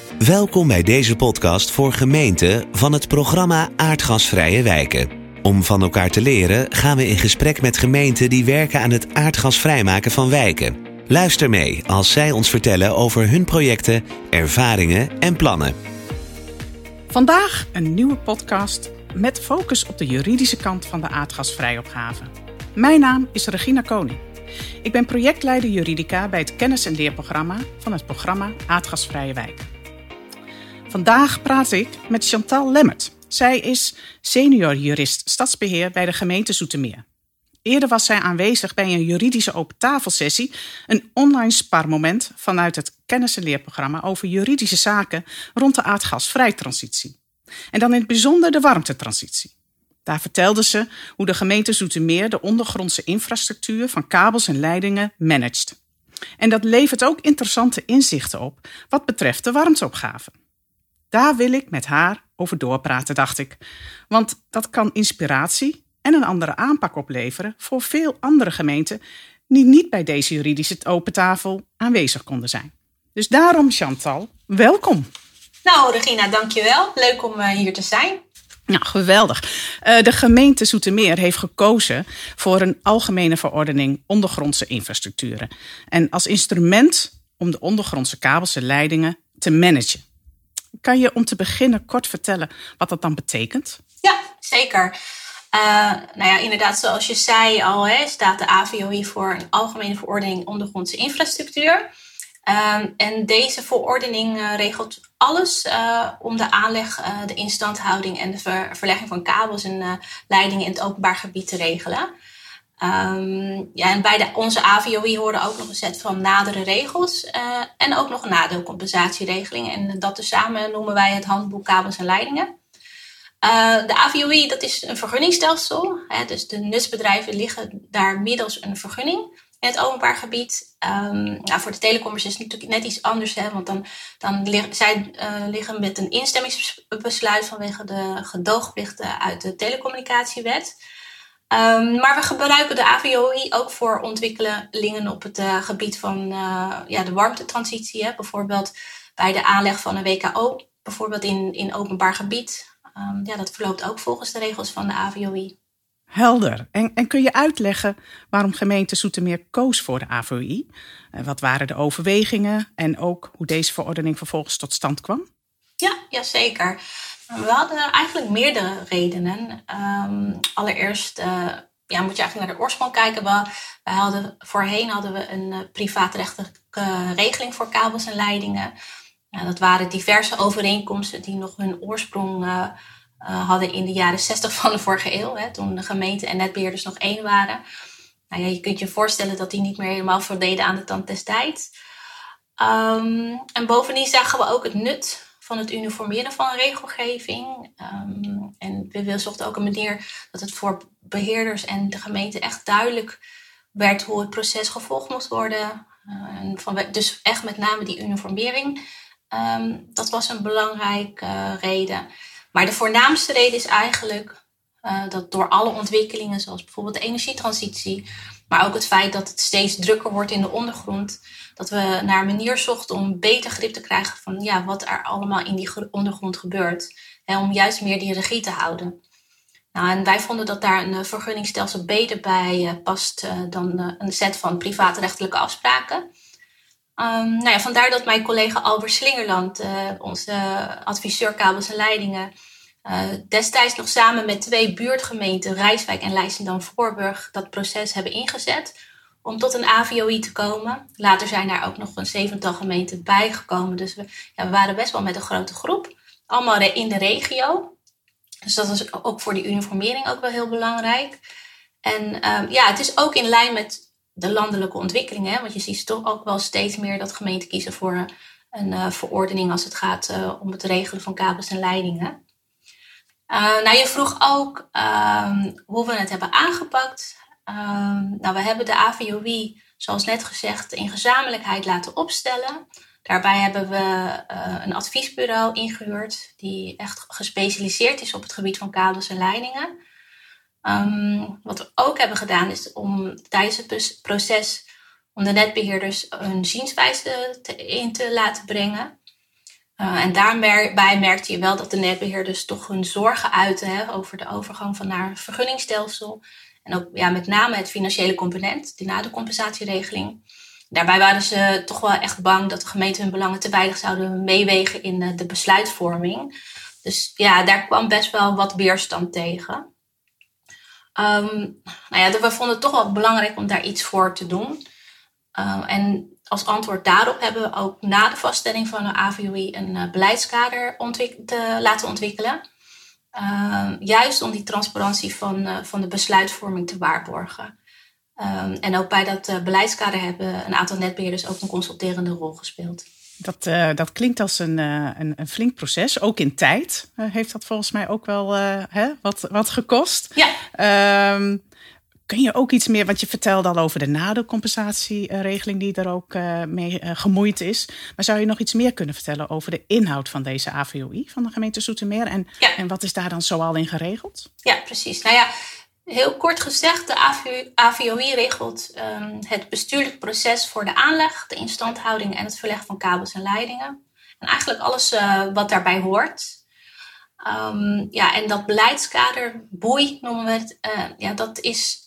Welkom bij deze podcast voor gemeenten van het programma Aardgasvrije Wijken. Om van elkaar te leren gaan we in gesprek met gemeenten die werken aan het aardgasvrijmaken van wijken. Luister mee als zij ons vertellen over hun projecten, ervaringen en plannen. Vandaag een nieuwe podcast met focus op de juridische kant van de aardgasvrijopgave. Mijn naam is Regina Koning. Ik ben projectleider juridica bij het kennis- en leerprogramma van het programma Aardgasvrije Wijken. Vandaag praat ik met Chantal Lemmert. Zij is senior jurist stadsbeheer bij de gemeente Zoetermeer. Eerder was zij aanwezig bij een juridische open tafelsessie, een online sparmoment vanuit het kennis- en leerprogramma over juridische zaken rond de aardgasvrijtransitie. En dan in het bijzonder de warmtetransitie. Daar vertelde ze hoe de gemeente Zoetermeer de ondergrondse infrastructuur van kabels en leidingen managt. En dat levert ook interessante inzichten op wat betreft de warmteopgave. Daar wil ik met haar over doorpraten, dacht ik. Want dat kan inspiratie en een andere aanpak opleveren voor veel andere gemeenten die niet bij deze juridische open tafel aanwezig konden zijn. Dus daarom, Chantal, welkom. Nou, Regina, dankjewel. Leuk om hier te zijn. Nou, geweldig. De gemeente Zoetermeer heeft gekozen voor een algemene verordening ondergrondse infrastructuren. En als instrument om de ondergrondse kabels en leidingen te managen. Kan je om te beginnen kort vertellen wat dat dan betekent? Ja, zeker. Inderdaad, zoals je zei al, staat de AVOI voor een algemene verordening ondergrondse infrastructuur. En deze verordening regelt alles om de aanleg, de instandhouding en de verlegging van kabels en leidingen in het openbaar gebied te regelen. En bij onze AVOI horen ook nog een set van nadere regels en ook nog een nadeelcompensatieregeling. En dat tezamen noemen wij het handboek kabels en leidingen. De AVOI, dat is een vergunningstelsel. Dus de nutsbedrijven liggen daar middels een vergunning in het openbaar gebied. Voor de telecommers is het natuurlijk net iets anders. Want zij liggen met een instemmingsbesluit vanwege de gedoogplichten uit de telecommunicatiewet. Maar we gebruiken de AVOI ook voor ontwikkelingen op het gebied van de warmtetransitie. Bijvoorbeeld bij de aanleg van een WKO, bijvoorbeeld in openbaar gebied. Dat verloopt ook volgens de regels van de AVOI. Helder. En kun je uitleggen waarom gemeente Zoetermeer koos voor de AVOI? Wat waren de overwegingen en ook hoe deze verordening vervolgens tot stand kwam? Ja, zeker. We hadden eigenlijk meerdere redenen. Allereerst moet je eigenlijk naar de oorsprong kijken. Voorheen hadden we een privaatrechtelijke regeling voor kabels en leidingen. Dat waren diverse overeenkomsten die nog hun oorsprong hadden in de jaren 60 van de vorige eeuw. Toen de gemeente en netbeheerders nog één waren. Je kunt je voorstellen dat die niet meer helemaal voldeden aan de tand des tijds. En bovendien zagen we ook het nut van het uniformeren van regelgeving. En we zochten ook een manier dat het voor beheerders en de gemeente echt duidelijk werd hoe het proces gevolgd moest worden. Dus echt met name die uniformering. Dat was een belangrijke reden. Maar de voornaamste reden is eigenlijk dat door alle ontwikkelingen, zoals bijvoorbeeld de energietransitie, maar ook het feit dat het steeds drukker wordt in de ondergrond, dat we naar een manier zochten om beter grip te krijgen van wat er allemaal in die ondergrond gebeurt. Om juist meer die regie te houden. En wij vonden dat daar een vergunningstelsel beter bij past dan een set van privaatrechtelijke afspraken. Vandaar dat mijn collega Albert Slingerland, onze adviseur kabels en leidingen, destijds nog samen met 2 buurtgemeenten, Rijswijk en Leidschendam-Voorburg, dat proces hebben ingezet om tot een AVOI te komen. Later zijn daar ook nog een 7-tal gemeenten bijgekomen. Dus we waren best wel met een grote groep, allemaal in de regio. Dus dat was ook voor die uniformering ook wel heel belangrijk. En het is ook in lijn met de landelijke ontwikkelingen. Want je ziet toch ook wel steeds meer dat gemeenten kiezen voor een verordening als het gaat om het regelen van kabels en leidingen. Je vroeg ook hoe we het hebben aangepakt. We hebben de AVOI, zoals net gezegd, in gezamenlijkheid laten opstellen. Daarbij hebben we een adviesbureau ingehuurd die echt gespecialiseerd is op het gebied van kabels en leidingen. Wat we ook hebben gedaan is om tijdens het proces om de netbeheerders hun zienswijze in te laten brengen. En daarbij merkte je wel dat de netbeheerders toch hun zorgen uiten over de overgang van naar vergunningsstelsel. En ook met name het financiële component, die nadecompensatieregeling. Daarbij waren ze toch wel echt bang dat de gemeente hun belangen te weinig zouden meewegen in de besluitvorming. Dus daar kwam best wel wat weerstand tegen. We vonden het toch wel belangrijk om daar iets voor te doen. En als antwoord daarop hebben we ook na de vaststelling van de AVOI een beleidskader te laten ontwikkelen. Juist om die transparantie van de besluitvorming te waarborgen. En ook bij dat beleidskader hebben een aantal netbeheerders ook een consulterende rol gespeeld. Dat klinkt als een flink proces. Ook in tijd heeft dat volgens mij ook wel wat gekost. Ja. Kun je ook iets meer, want je vertelde al over de nadecompensatieregeling die er ook mee gemoeid is. Maar zou je nog iets meer kunnen vertellen over de inhoud van deze AVOI van de gemeente Zoetermeer? En wat is daar dan zoal in geregeld? Ja, precies. Heel kort gezegd, de AVOI regelt het bestuurlijk proces voor de aanleg, de instandhouding en het verleggen van kabels en leidingen. En eigenlijk alles wat daarbij hoort. En dat beleidskader, BOEI noemen we het, dat is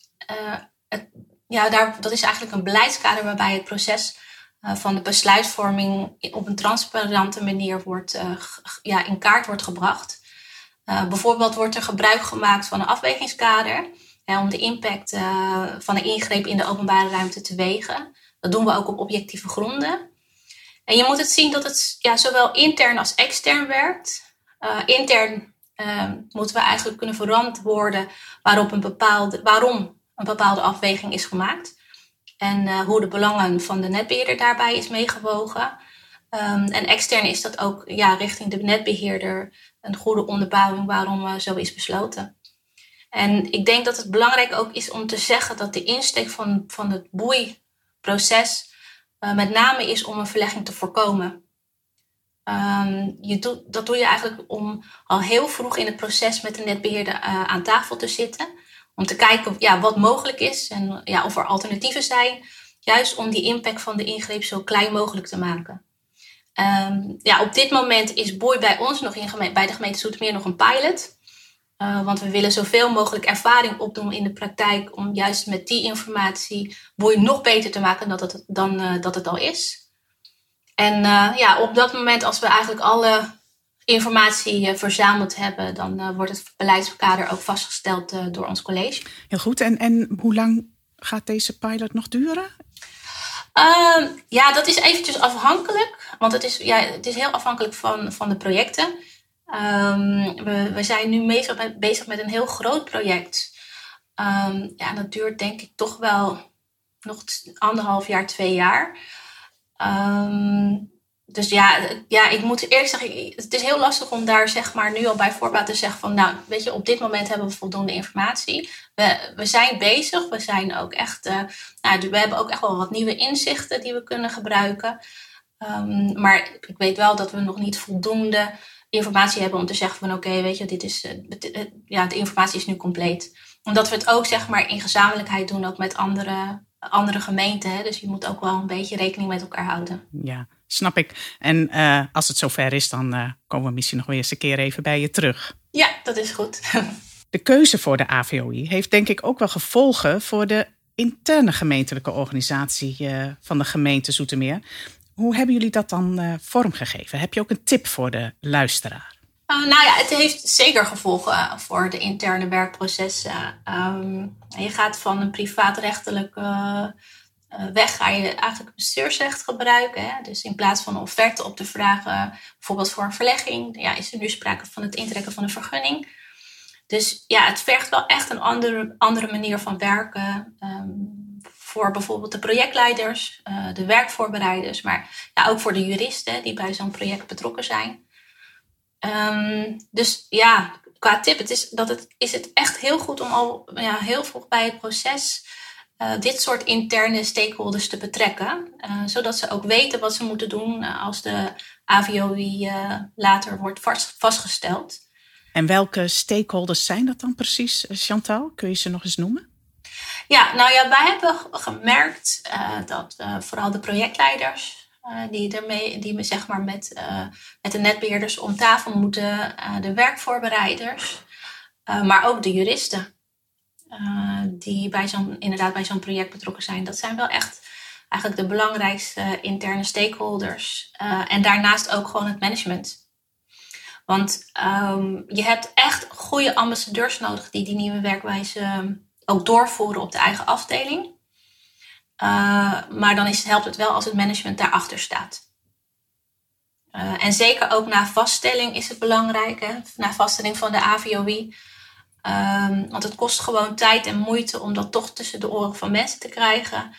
eigenlijk een beleidskader waarbij het proces van de besluitvorming op een transparante manier in kaart wordt gebracht. Bijvoorbeeld wordt er gebruik gemaakt van een afwegingskader om de impact van een ingreep in de openbare ruimte te wegen. Dat doen we ook op objectieve gronden. En je moet het zien dat het zowel intern als extern werkt. Intern moeten we eigenlijk kunnen verantwoorden waarom een bepaalde afweging is gemaakt. En hoe de belangen van de netbeheerder daarbij is meegewogen. En extern is dat ook richting de netbeheerder een goede onderbouwing waarom zo is besloten. En ik denk dat het belangrijk ook is om te zeggen dat de insteek van het BOEI-proces met name is om een verlegging te voorkomen. Dat doe je eigenlijk om al heel vroeg in het proces met de netbeheerder aan tafel te zitten. Om te kijken wat mogelijk is en of er alternatieven zijn. Juist om die impact van de ingreep zo klein mogelijk te maken. Op dit moment is BOEI bij ons nog bij de gemeente Zoetermeer nog een pilot. Want we willen zoveel mogelijk ervaring opdoen in de praktijk om juist met die informatie BOEI nog beter te maken dan dat het al is. En op dat moment, als we eigenlijk alle informatie verzameld hebben, dan wordt het beleidskader ook vastgesteld door ons college. Heel goed. En hoe lang gaat deze pilot nog duren? Dat is eventjes afhankelijk. Want het is heel afhankelijk van de projecten. We zijn nu bezig met een heel groot project. Dat duurt denk ik toch wel nog 1,5 jaar, 2 jaar. Dus ik moet eerlijk zeggen, het is heel lastig om daar zeg maar nu al bij voorbaat te zeggen van op dit moment hebben we voldoende informatie. We zijn bezig, we zijn ook echt, we hebben ook echt wel wat nieuwe inzichten die we kunnen gebruiken. Maar ik weet wel dat we nog niet voldoende informatie hebben om te zeggen van de informatie is nu compleet. Omdat we het ook zeg maar in gezamenlijkheid doen, ook met andere gemeenten. Hè? Dus je moet ook wel een beetje rekening met elkaar houden. Ja, snap ik. En als het zover is, dan komen we misschien nog weer eens een keer even bij je terug. Ja, dat is goed. De keuze voor de AVOI heeft denk ik ook wel gevolgen voor de interne gemeentelijke organisatie van de gemeente Zoetermeer. Hoe hebben jullie dat dan vormgegeven? Heb je ook een tip voor de luisteraar? Het heeft zeker gevolgen voor de interne werkprocessen. Je gaat van een privaatrechtelijke weg, ga je eigenlijk bestuursrecht gebruiken. Hè? Dus in plaats van een offerte op te vragen, bijvoorbeeld voor een verlegging, is er nu sprake van het intrekken van een vergunning. Dus het vergt wel echt een andere manier van werken. Voor bijvoorbeeld de projectleiders, de werkvoorbereiders, maar ook voor de juristen die bij zo'n project betrokken zijn. Qua tip is het echt heel goed om al heel vroeg bij het proces dit soort interne stakeholders te betrekken. Zodat ze ook weten wat ze moeten doen als de AVOI later wordt vastgesteld. En welke stakeholders zijn dat dan precies, Chantal? Kun je ze nog eens noemen? Wij hebben gemerkt dat vooral de projectleiders, die zeg maar met de netbeheerders om tafel moeten. De werkvoorbereiders, maar ook de juristen die bij zo'n project betrokken zijn. Dat zijn wel echt eigenlijk de belangrijkste interne stakeholders. En daarnaast ook gewoon het management. Want je hebt echt goede ambassadeurs nodig die nieuwe werkwijze ook doorvoeren op de eigen afdeling. Maar dan helpt het wel als het management daarachter staat. En zeker ook na vaststelling is het belangrijk. Hè? Na vaststelling van de AVOI. Want het kost gewoon tijd en moeite om dat toch tussen de oren van mensen te krijgen.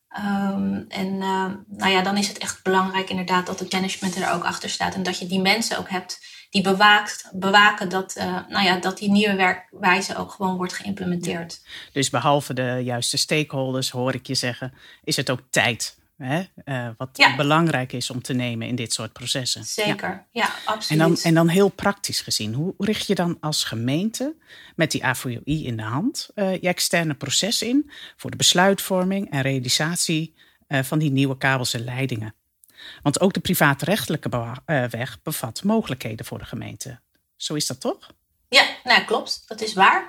Dan is het echt belangrijk inderdaad dat het management er ook achter staat. En dat je die mensen ook hebt die bewaken dat die nieuwe werkwijze ook gewoon wordt geïmplementeerd. Dus behalve de juiste stakeholders, hoor ik je zeggen, is het ook tijd. Wat belangrijk is om te nemen in dit soort processen. Zeker, ja absoluut. En dan heel praktisch gezien, hoe richt je dan als gemeente met die AVOI in de hand je externe proces in voor de besluitvorming en realisatie van die nieuwe kabels en leidingen? Want ook de privaatrechtelijke weg bevat mogelijkheden voor de gemeente. Zo is dat toch? Ja, klopt. Dat is waar.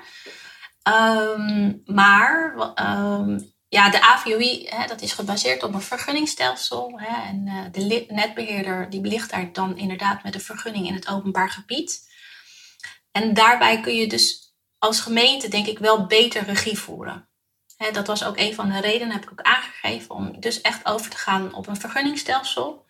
De AVOI, dat is gebaseerd op een vergunningstelsel. En de netbeheerder die ligt daar dan inderdaad met een vergunning in het openbaar gebied. En daarbij kun je dus als gemeente denk ik wel beter regie voeren. Dat was ook een van de redenen, heb ik ook aangegeven, om dus echt over te gaan op een vergunningstelsel.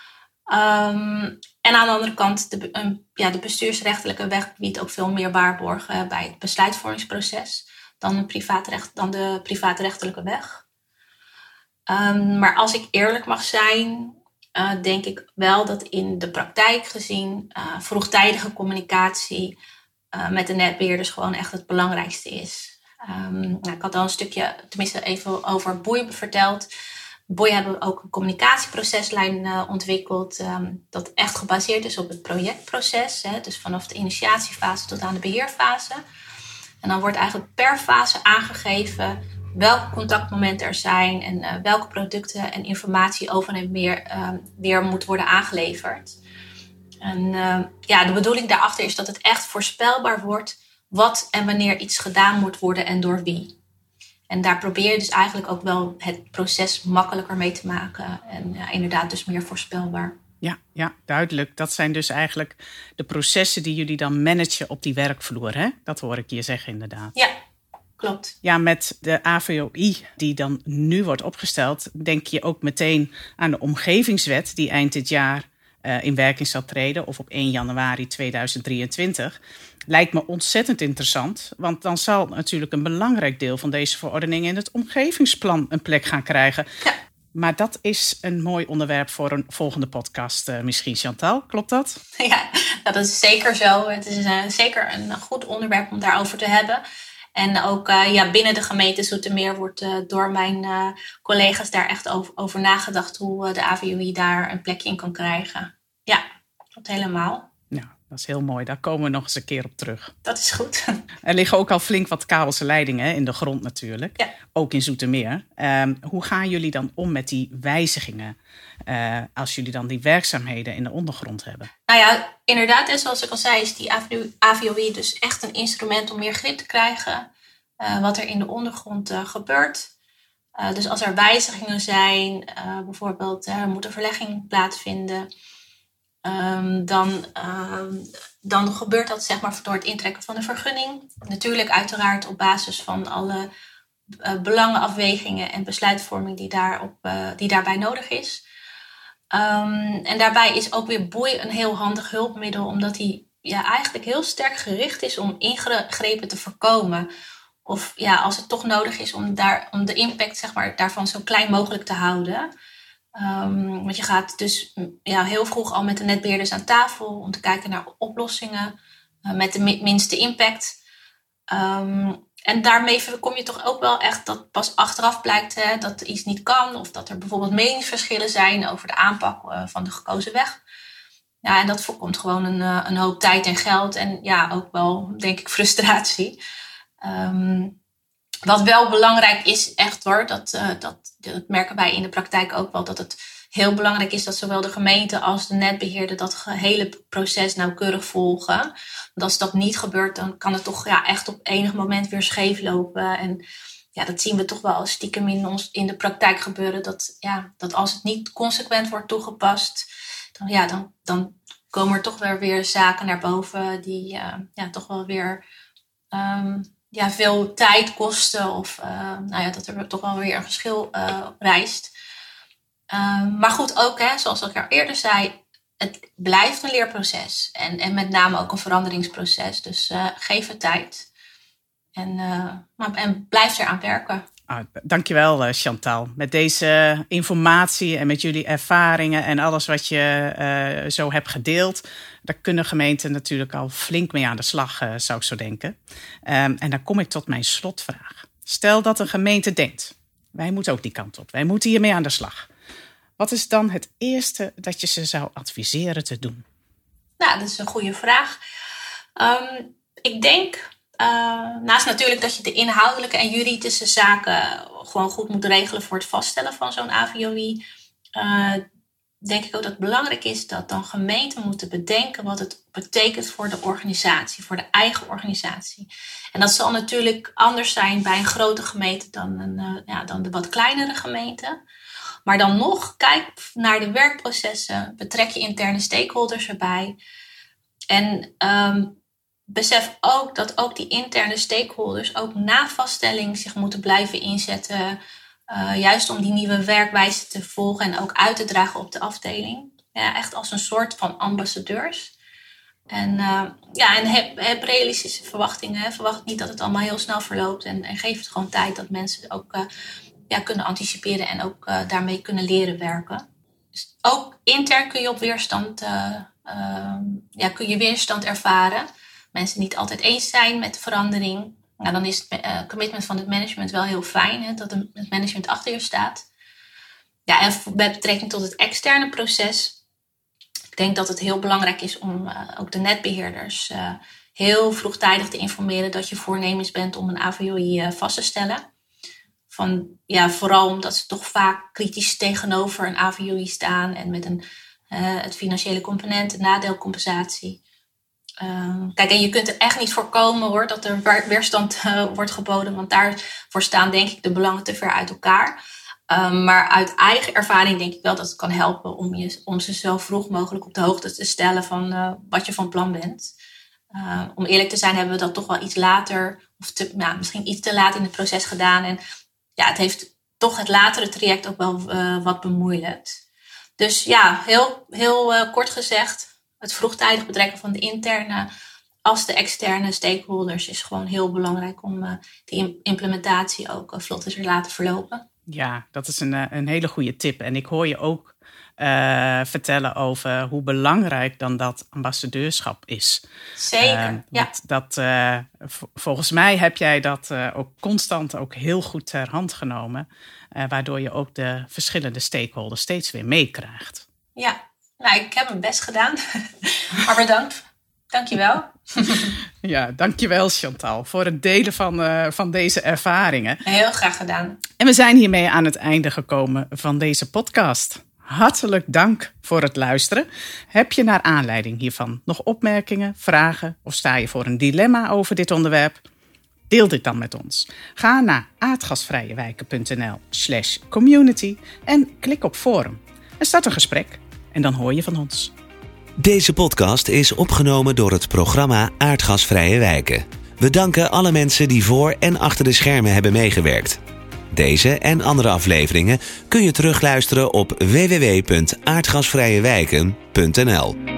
En aan de andere kant de bestuursrechtelijke weg biedt ook veel meer waarborgen bij het besluitvormingsproces dan de privaatrechtelijke weg. Maar als ik eerlijk mag zijn, denk ik wel dat in de praktijk gezien vroegtijdige communicatie met de netbeheerders gewoon echt het belangrijkste is. Ik had al een stukje, tenminste even over Boei verteld. Boei hebben ook een communicatieproceslijn ontwikkeld dat echt gebaseerd is op het projectproces. Dus vanaf de initiatiefase tot aan de beheerfase. En dan wordt eigenlijk per fase aangegeven welke contactmomenten er zijn en welke producten en informatie over en weer moet worden aangeleverd. En de bedoeling daarachter is dat het echt voorspelbaar wordt wat en wanneer iets gedaan moet worden en door wie. En daar probeer je dus eigenlijk ook wel het proces makkelijker mee te maken. En inderdaad dus meer voorspelbaar. Ja, duidelijk. Dat zijn dus eigenlijk de processen die jullie dan managen op die werkvloer. Hè? Dat hoor ik je zeggen inderdaad. Ja, klopt. Ja, met de AVOI die dan nu wordt opgesteld, denk je ook meteen aan de omgevingswet die eind dit jaar in werking zal treden, of op 1 januari 2023. Lijkt me ontzettend interessant, want dan zal natuurlijk een belangrijk deel van deze verordening in het omgevingsplan een plek gaan krijgen. Ja. Maar dat is een mooi onderwerp voor een volgende podcast misschien, Chantal. Klopt dat? Ja, dat is zeker zo. Het is zeker een goed onderwerp om daarover te hebben. En ook binnen de gemeente Zoetermeer wordt door mijn collega's daar echt over nagedacht hoe de AVOI daar een plekje in kan krijgen. Ja, klopt helemaal. Ja, dat is heel mooi. Daar komen we nog eens een keer op terug. Dat is goed. Er liggen ook al flink wat kabels en leidingen in de grond natuurlijk. Ja. Ook in Zoetermeer. Hoe gaan jullie dan om met die wijzigingen als jullie dan die werkzaamheden in de ondergrond hebben? Nou ja, inderdaad. En zoals ik al zei is die AVOI dus echt een instrument om meer grip te krijgen. Wat er in de ondergrond gebeurt. Dus als er wijzigingen zijn, bijvoorbeeld moet een verlegging plaatsvinden. Dan gebeurt dat zeg maar door het intrekken van de vergunning. Natuurlijk uiteraard op basis van alle belangenafwegingen en besluitvorming die daarbij nodig is. En daarbij is ook weer Boei een heel handig hulpmiddel, omdat hij eigenlijk heel sterk gericht is om ingrepen te voorkomen. Of als het toch nodig is om de impact zeg maar, daarvan zo klein mogelijk te houden. Want je gaat dus heel vroeg al met de netbeheerders aan tafel om te kijken naar oplossingen met de minste impact. En daarmee voorkom je toch ook wel echt dat pas achteraf blijkt dat iets niet kan. Of dat er bijvoorbeeld meningsverschillen zijn over de aanpak van de gekozen weg. Ja, en dat voorkomt gewoon een hoop tijd en geld. En ook wel, denk ik, frustratie. Wat wel belangrijk is, echt hoor, dat merken wij in de praktijk ook wel, dat het heel belangrijk is dat zowel de gemeente als de netbeheerder dat hele proces nauwkeurig volgen. Want als dat niet gebeurt, dan kan het toch echt op enig moment weer scheef lopen. En dat zien we toch wel stiekem in de praktijk gebeuren. Dat als het niet consequent wordt toegepast, dan komen er toch weer zaken naar boven die toch wel weer veel tijd kosten. Of dat er toch wel weer een geschil rijst. Maar goed, ook zoals ik al eerder zei, het blijft een leerproces. En met name ook een veranderingsproces. Dus geef het tijd. En blijf eraan werken. Dankjewel Chantal. Met deze informatie en met jullie ervaringen en alles wat je zo hebt gedeeld, daar kunnen gemeenten natuurlijk al flink mee aan de slag, zou ik zo denken. En dan kom ik tot mijn slotvraag. Stel dat een gemeente denkt, wij moeten ook die kant op. Wij moeten hiermee aan de slag. Wat is dan het eerste dat je ze zou adviseren te doen? Nou, dat is een goede vraag. Ik denk, naast natuurlijk dat je de inhoudelijke en juridische zaken gewoon goed moet regelen voor het vaststellen van zo'n AVOI, denk ik ook dat het belangrijk is dat dan gemeenten moeten bedenken wat het betekent voor de organisatie, voor de eigen organisatie. En dat zal natuurlijk anders zijn bij een grote gemeente dan de wat kleinere gemeente. Maar dan nog, kijk naar de werkprocessen, betrek je interne stakeholders erbij. En besef ook dat ook die interne stakeholders ook na vaststelling zich moeten blijven inzetten. Juist om die nieuwe werkwijze te volgen en ook uit te dragen op de afdeling. Ja, echt als een soort van ambassadeurs. En heb realistische verwachtingen. Verwacht niet dat het allemaal heel snel verloopt. En geef het gewoon tijd dat mensen ook kunnen anticiperen en ook daarmee kunnen leren werken. Dus ook intern kun je op weerstand, kun je weerstand ervaren. Mensen niet altijd eens zijn met de verandering. Nou, dan is het commitment van het management wel heel fijn, hè, dat het management achter je staat. Ja, en met betrekking tot het externe proces, ik denk dat het heel belangrijk is om ook de netbeheerders heel vroegtijdig te informeren dat je voornemens bent om een AVOI vast te stellen. Vooral omdat ze toch vaak kritisch tegenover een AVOI staan en met het financiële component, de nadeelcompensatie. Kijk, en je kunt er echt niet voorkomen hoor, dat er weerstand wordt geboden, want daarvoor staan denk ik de belangen te ver uit elkaar. Maar uit eigen ervaring denk ik wel dat het kan helpen om ze zo vroeg mogelijk op de hoogte te stellen van wat je van plan bent. Om eerlijk te zijn hebben we dat toch wel iets later, misschien iets te laat in het proces gedaan. En het heeft toch het latere traject ook wel wat bemoeilijkt. Dus heel kort gezegd, het vroegtijdig betrekken van de interne als de externe stakeholders is gewoon heel belangrijk om die implementatie ook vlot te laten verlopen. Ja, dat is een hele goede tip. En ik hoor je ook vertellen over hoe belangrijk dan dat ambassadeurschap is. Zeker, volgens mij heb jij dat ook constant ook heel goed ter hand genomen. Waardoor je ook de verschillende stakeholders steeds weer meekrijgt. Ja, ik heb mijn best gedaan. Maar bedankt. Dankjewel. Ja, dankjewel Chantal voor het delen van deze ervaringen. Heel graag gedaan. En we zijn hiermee aan het einde gekomen van deze podcast. Hartelijk dank voor het luisteren. Heb je naar aanleiding hiervan nog opmerkingen, vragen of sta je voor een dilemma over dit onderwerp? Deel dit dan met ons. Ga naar aardgasvrijewijken.nl/community en klik op forum. En start een gesprek en dan hoor je van ons. Deze podcast is opgenomen door het programma Aardgasvrije Wijken. We danken alle mensen die voor en achter de schermen hebben meegewerkt. Deze en andere afleveringen kun je terugluisteren op www.aardgasvrijewijken.nl.